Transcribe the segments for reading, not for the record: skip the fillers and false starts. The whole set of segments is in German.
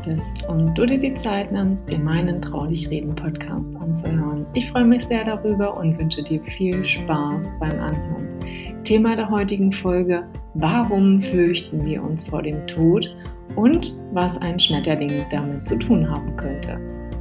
bist und du dir die Zeit nimmst, dir meinen Trau dich reden Podcast anzuhören. Ich freue mich sehr darüber und wünsche dir viel Spaß beim Anhören. Thema der heutigen Folge: Warum fürchten wir uns vor dem Tod und was ein Schmetterling damit zu tun haben könnte.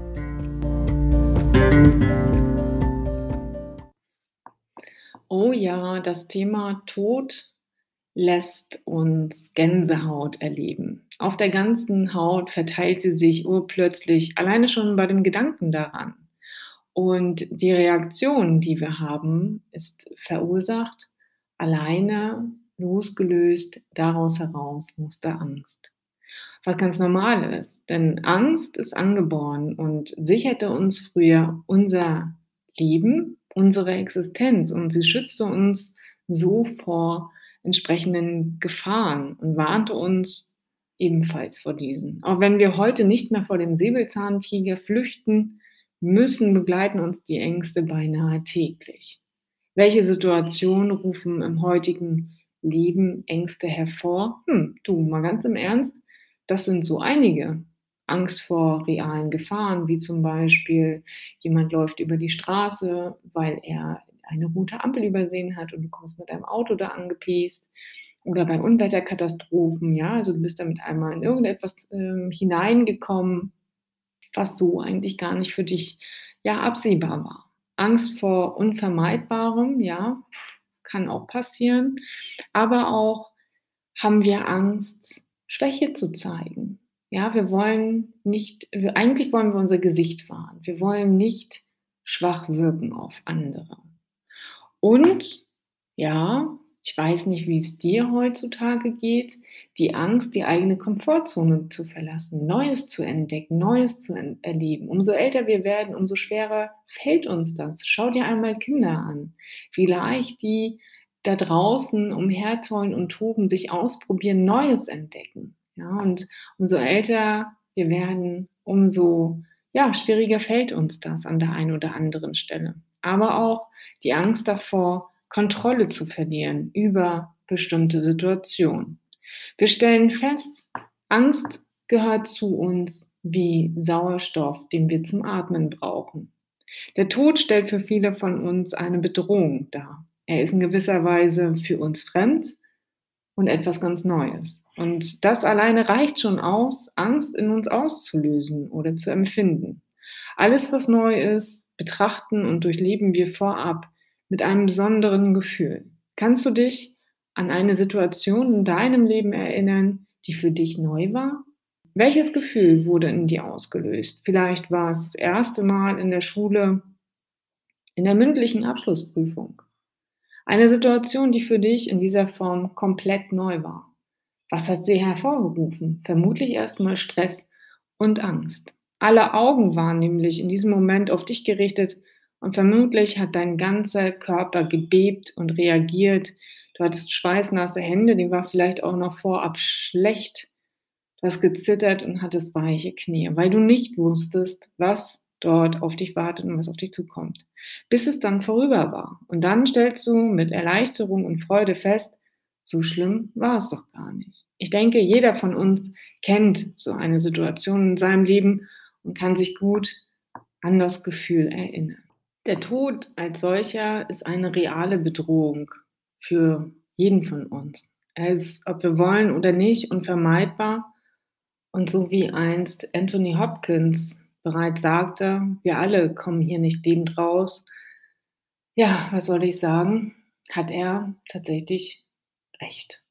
Oh ja, das Thema Tod lässt uns Gänsehaut erleben. Auf der ganzen Haut verteilt sie sich urplötzlich, alleine schon bei dem Gedanken daran. Und die Reaktion, die wir haben, ist verursacht, alleine, losgelöst daraus heraus aus der Angst. Was ganz normal ist, denn Angst ist angeboren und sicherte uns früher unser Leben, unsere Existenz, und sie schützte uns so vor entsprechenden Gefahren und warnte uns ebenfalls vor diesen. Auch wenn wir heute nicht mehr vor dem Säbelzahntiger flüchten müssen, begleiten uns die Ängste beinahe täglich. Welche Situationen rufen im heutigen Leben Ängste hervor? Du, mal ganz im Ernst, das sind so einige. Angst vor realen Gefahren, wie zum Beispiel jemand läuft über die Straße, weil er eine rote Ampel übersehen hat und du kommst mit deinem Auto da angepest. Oder bei Unwetterkatastrophen, ja, also du bist damit einmal in irgendetwas hineingekommen, was so eigentlich gar nicht für dich ja absehbar war. Angst vor Unvermeidbarem, ja, kann auch passieren. Aber auch haben wir Angst, Schwäche zu zeigen. Ja, eigentlich wollen wir unser Gesicht wahren. Wir wollen nicht schwach wirken auf andere. Und ja, ich weiß nicht, wie es dir heutzutage geht, die Angst, die eigene Komfortzone zu verlassen, Neues zu entdecken, Neues zu erleben. Umso älter wir werden, umso schwerer fällt uns das. Schau dir einmal Kinder an, wie leicht die da draußen umhertollen und toben, sich ausprobieren, Neues entdecken. Ja, und umso älter wir werden, umso schwieriger fällt uns das an der einen oder anderen Stelle. Aber auch die Angst davor, Kontrolle zu verlieren über bestimmte Situationen. Wir stellen fest, Angst gehört zu uns wie Sauerstoff, den wir zum Atmen brauchen. Der Tod stellt für viele von uns eine Bedrohung dar. Er ist in gewisser Weise für uns fremd und etwas ganz Neues. Und das alleine reicht schon aus, Angst in uns auszulösen oder zu empfinden. Alles, was neu ist, betrachten und durchleben wir vorab mit einem besonderen Gefühl. Kannst du dich an eine Situation in deinem Leben erinnern, die für dich neu war? Welches Gefühl wurde in dir ausgelöst? Vielleicht war es das erste Mal in der Schule, in der mündlichen Abschlussprüfung. Eine Situation, die für dich in dieser Form komplett neu war. Was hat sie hervorgerufen? Vermutlich erstmal Stress und Angst. Alle Augen waren nämlich in diesem Moment auf dich gerichtet und vermutlich hat dein ganzer Körper gebebt und reagiert. Du hattest schweißnasse Hände, die war vielleicht auch noch vorab schlecht. Du hast gezittert und hattest weiche Knie, weil du nicht wusstest, was dort auf dich wartet und was auf dich zukommt. Bis es dann vorüber war. Und dann stellst du mit Erleichterung und Freude fest, so schlimm war es doch gar nicht. Ich denke, jeder von uns kennt so eine Situation in seinem Leben und kann sich gut an das Gefühl erinnern. Der Tod als solcher ist eine reale Bedrohung für jeden von uns. Er ist, ob wir wollen oder nicht, unvermeidbar. Und so wie einst Anthony Hopkins bereits sagte, wir alle kommen hier nicht lebend raus. Ja, was soll ich sagen? Hat er tatsächlich recht.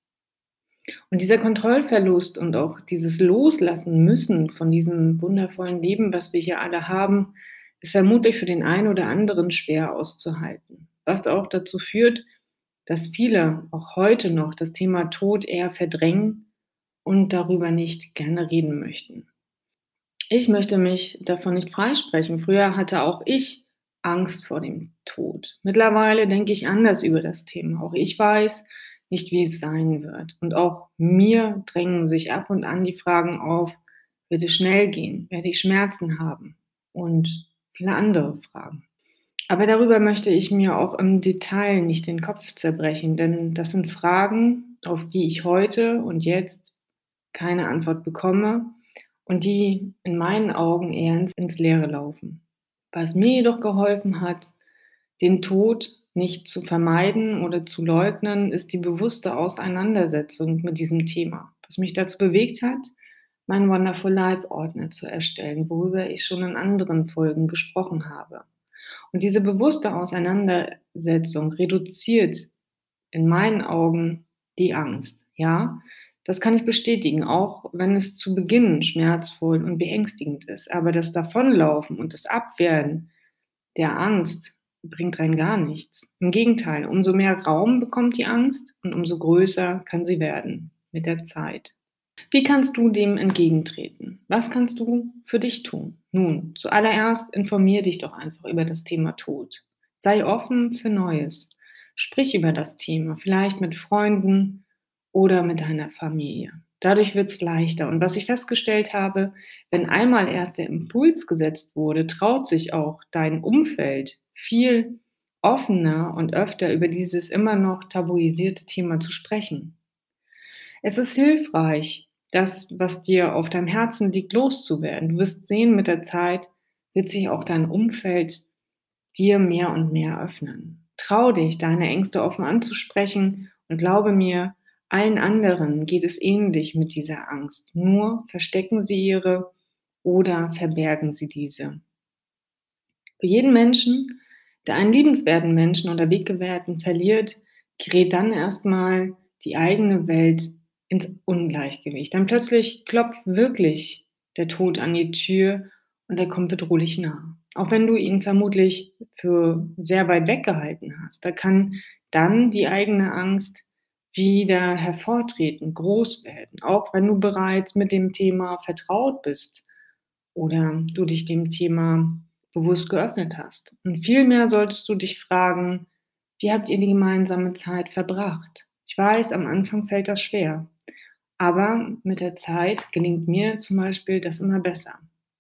Und dieser Kontrollverlust und auch dieses Loslassen müssen von diesem wundervollen Leben, was wir hier alle haben, ist vermutlich für den einen oder anderen schwer auszuhalten. Was auch dazu führt, dass viele auch heute noch das Thema Tod eher verdrängen und darüber nicht gerne reden möchten. Ich möchte mich davon nicht freisprechen. Früher hatte auch ich Angst vor dem Tod. Mittlerweile denke ich anders über das Thema. Auch ich weiß nicht, wie es sein wird. Und auch mir drängen sich ab und an die Fragen auf, wird es schnell gehen? Werde ich Schmerzen haben? Und viele andere Fragen. Aber darüber möchte ich mir auch im Detail nicht den Kopf zerbrechen, denn das sind Fragen, auf die ich heute und jetzt keine Antwort bekomme und die in meinen Augen eher ins Leere laufen. Was mir jedoch geholfen hat, den Tod nicht zu vermeiden oder zu leugnen, ist die bewusste Auseinandersetzung mit diesem Thema, was mich dazu bewegt hat, meinen Wonderful Life Ordner zu erstellen, worüber ich schon in anderen Folgen gesprochen habe. Und diese bewusste Auseinandersetzung reduziert in meinen Augen die Angst. Ja, das kann ich bestätigen, auch wenn es zu Beginn schmerzvoll und beängstigend ist. Aber das Davonlaufen und das Abwehren der Angst bringt rein gar nichts. Im Gegenteil, umso mehr Raum bekommt die Angst und umso größer kann sie werden mit der Zeit. Wie kannst du dem entgegentreten? Was kannst du für dich tun? Nun, zuallererst informier dich doch einfach über das Thema Tod. Sei offen für Neues. Sprich über das Thema, vielleicht mit Freunden oder mit deiner Familie. Dadurch wird es leichter. Und was ich festgestellt habe, wenn einmal erst der Impuls gesetzt wurde, traut sich auch dein Umfeld viel offener und öfter über dieses immer noch tabuisierte Thema zu sprechen. Es ist hilfreich, das, was dir auf deinem Herzen liegt, loszuwerden. Du wirst sehen, mit der Zeit wird sich auch dein Umfeld dir mehr und mehr öffnen. Trau dich, deine Ängste offen anzusprechen und glaube mir, allen anderen geht es ähnlich mit dieser Angst. Nur verstecken sie ihre oder verbergen sie diese. Für jeden Menschen, der einen liebenswerten Menschen oder Weggefährten verliert, gerät dann erstmal die eigene Welt ins Ungleichgewicht. Dann plötzlich klopft wirklich der Tod an die Tür und er kommt bedrohlich nah. Auch wenn du ihn vermutlich für sehr weit weggehalten hast, da kann dann die eigene Angst wieder hervortreten, groß werden, auch wenn du bereits mit dem Thema vertraut bist oder du dich dem Thema bewusst geöffnet hast. Und vielmehr solltest du dich fragen, wie habt ihr die gemeinsame Zeit verbracht? Ich weiß, am Anfang fällt das schwer, aber mit der Zeit gelingt mir zum Beispiel das immer besser.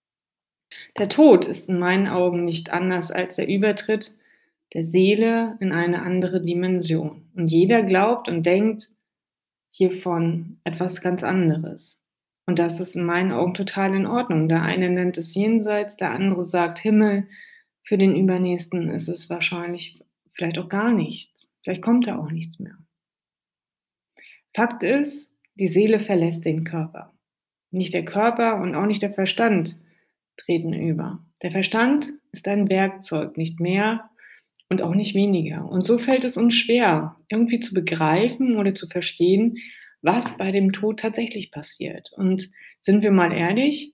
Der Tod ist in meinen Augen nicht anders als der Übertritt der Seele in eine andere Dimension. Und jeder glaubt und denkt hiervon etwas ganz anderes. Und das ist in meinen Augen total in Ordnung. Der eine nennt es Jenseits, der andere sagt Himmel. Für den Übernächsten ist es wahrscheinlich vielleicht auch gar nichts. Vielleicht kommt da auch nichts mehr. Fakt ist, die Seele verlässt den Körper. Nicht der Körper und auch nicht der Verstand treten über. Der Verstand ist ein Werkzeug, nicht mehr und auch nicht weniger. Und so fällt es uns schwer, irgendwie zu begreifen oder zu verstehen, was bei dem Tod tatsächlich passiert. Und sind wir mal ehrlich,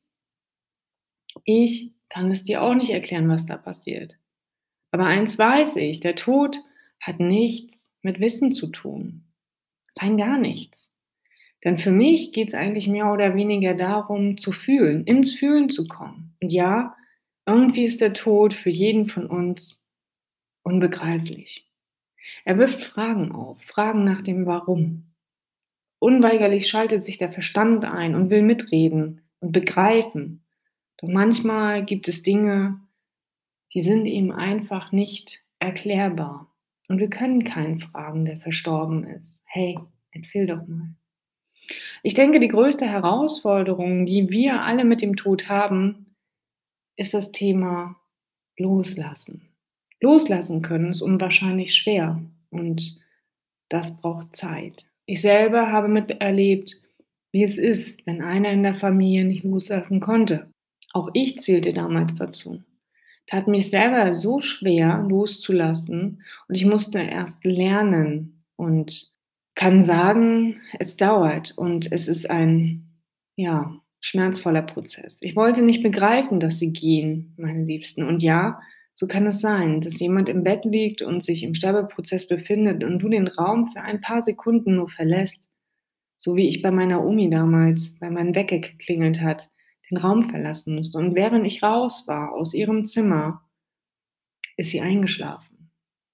ich kann es dir auch nicht erklären, was da passiert. Aber eins weiß ich, der Tod hat nichts mit Wissen zu tun. Rein gar nichts. Denn für mich geht es eigentlich mehr oder weniger darum, zu fühlen, ins Fühlen zu kommen. Und ja, irgendwie ist der Tod für jeden von uns unbegreiflich. Er wirft Fragen auf, Fragen nach dem Warum. Unweigerlich schaltet sich der Verstand ein und will mitreden und begreifen. Doch manchmal gibt es Dinge, die sind ihm einfach nicht erklärbar. Und wir können keinen fragen, der verstorben ist. Hey, erzähl doch mal. Ich denke, die größte Herausforderung, die wir alle mit dem Tod haben, ist das Thema Loslassen. Loslassen können ist unwahrscheinlich schwer und das braucht Zeit. Ich selber habe miterlebt, wie es ist, wenn einer in der Familie nicht loslassen konnte. Auch ich zählte damals dazu. Tat mich selber so schwer loszulassen und ich musste erst lernen und kann sagen, es dauert und es ist ein, ja, schmerzvoller Prozess. Ich wollte nicht begreifen, dass sie gehen, meine Liebsten. Und ja, so kann es sein, dass jemand im Bett liegt und sich im Sterbeprozess befindet und du den Raum für ein paar Sekunden nur verlässt, so wie ich bei meiner Omi damals, weil mein Wecker geklingelt hat, den Raum verlassen musste. Und während ich raus war aus ihrem Zimmer, ist sie eingeschlafen.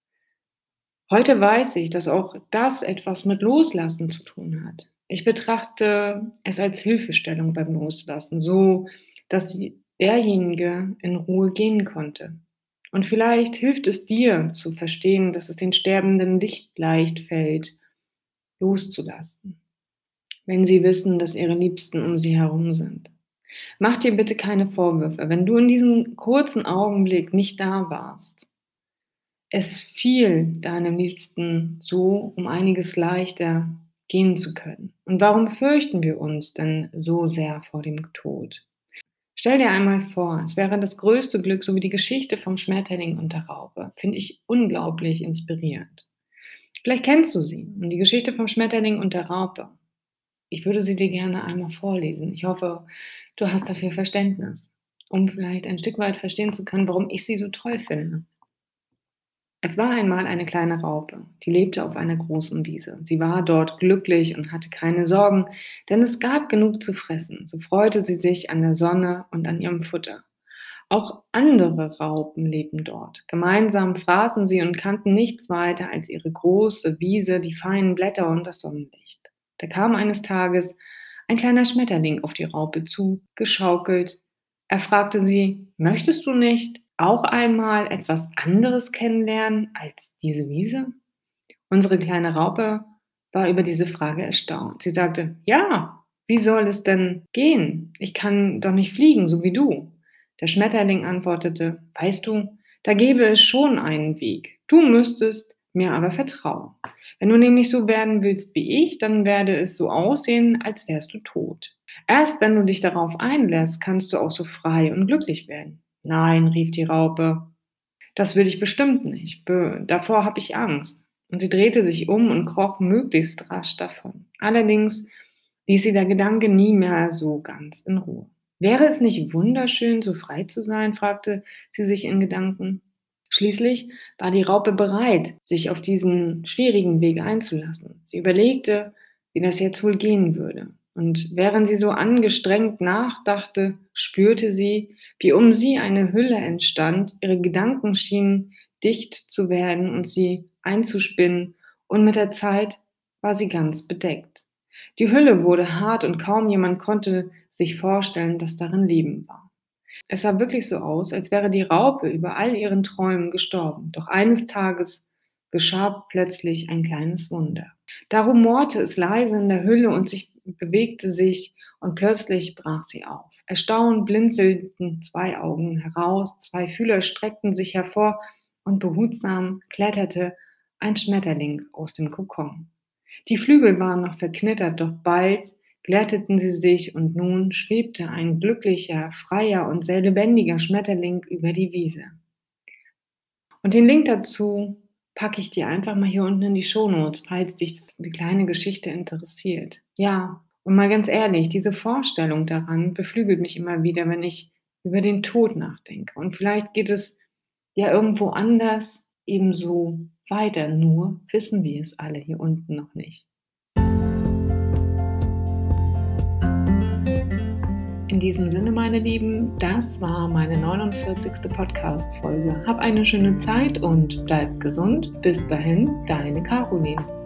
Heute weiß ich, dass auch das etwas mit Loslassen zu tun hat. Ich betrachte es als Hilfestellung beim Loslassen, so dass derjenige in Ruhe gehen konnte. Und vielleicht hilft es dir zu verstehen, dass es den Sterbenden nicht leicht fällt, loszulassen, wenn sie wissen, dass ihre Liebsten um sie herum sind. Mach dir bitte keine Vorwürfe, wenn du in diesem kurzen Augenblick nicht da warst. Es fiel deinem Liebsten so um einiges leichter gehen zu können. Und warum fürchten wir uns denn so sehr vor dem Tod? Stell dir einmal vor, es wäre das größte Glück, so wie die Geschichte vom Schmetterling und der Raupe. Finde ich unglaublich inspirierend. Vielleicht kennst du sie und die Geschichte vom Schmetterling und der Raupe. Ich würde sie dir gerne einmal vorlesen. Ich hoffe, du hast dafür Verständnis, um vielleicht ein Stück weit verstehen zu können, warum ich sie so toll finde. Es war einmal eine kleine Raupe, die lebte auf einer großen Wiese. Sie war dort glücklich und hatte keine Sorgen, denn es gab genug zu fressen. So freute sie sich an der Sonne und an ihrem Futter. Auch andere Raupen lebten dort. Gemeinsam fraßen sie und kannten nichts weiter als ihre große Wiese, die feinen Blätter und das Sonnenlicht. Da kam eines Tages ein kleiner Schmetterling auf die Raupe zu, geschaukelt. Er fragte sie: Möchtest du nicht auch einmal etwas anderes kennenlernen als diese Wiese? Unsere kleine Raupe war über diese Frage erstaunt. Sie sagte: Ja, wie soll es denn gehen? Ich kann doch nicht fliegen, so wie du. Der Schmetterling antwortete: Weißt du, da gäbe es schon einen Weg. Du müsstest mir aber vertrauen. Wenn du nämlich so werden willst wie ich, dann werde es so aussehen, als wärst du tot. Erst wenn du dich darauf einlässt, kannst du auch so frei und glücklich werden. Nein, rief die Raupe, das will ich bestimmt nicht. Davor habe ich Angst. Und sie drehte sich um und kroch möglichst rasch davon. Allerdings ließ sie der Gedanke nie mehr so ganz in Ruhe. Wäre es nicht wunderschön, so frei zu sein? Fragte sie sich in Gedanken. Schließlich war die Raupe bereit, sich auf diesen schwierigen Weg einzulassen. Sie überlegte, wie das jetzt wohl gehen würde. Und während sie so angestrengt nachdachte, spürte sie, wie um sie eine Hülle entstand, ihre Gedanken schienen dicht zu werden und sie einzuspinnen, und mit der Zeit war sie ganz bedeckt. Die Hülle wurde hart und kaum jemand konnte sich vorstellen, dass darin Leben war. Es sah wirklich so aus, als wäre die Raupe über all ihren Träumen gestorben. Doch eines Tages geschah plötzlich ein kleines Wunder. Da rumorte es leise in der Hülle und bewegte sich, und plötzlich brach sie auf. Erstaunt blinzelten zwei Augen heraus, zwei Fühler streckten sich hervor und behutsam kletterte ein Schmetterling aus dem Kokon. Die Flügel waren noch verknittert, doch bald glätteten sie sich und nun schwebte ein glücklicher, freier und sehr lebendiger Schmetterling über die Wiese. Und den Link dazu packe ich dir einfach mal hier unten in die Shownotes, falls dich die kleine Geschichte interessiert. Ja, und mal ganz ehrlich, diese Vorstellung daran beflügelt mich immer wieder, wenn ich über den Tod nachdenke. Und vielleicht geht es ja irgendwo anders ebenso weiter, nur wissen wir es alle hier unten noch nicht. In diesem Sinne, meine Lieben, das war meine 49. Podcast-Folge. Hab eine schöne Zeit und bleib gesund. Bis dahin, deine Caroline.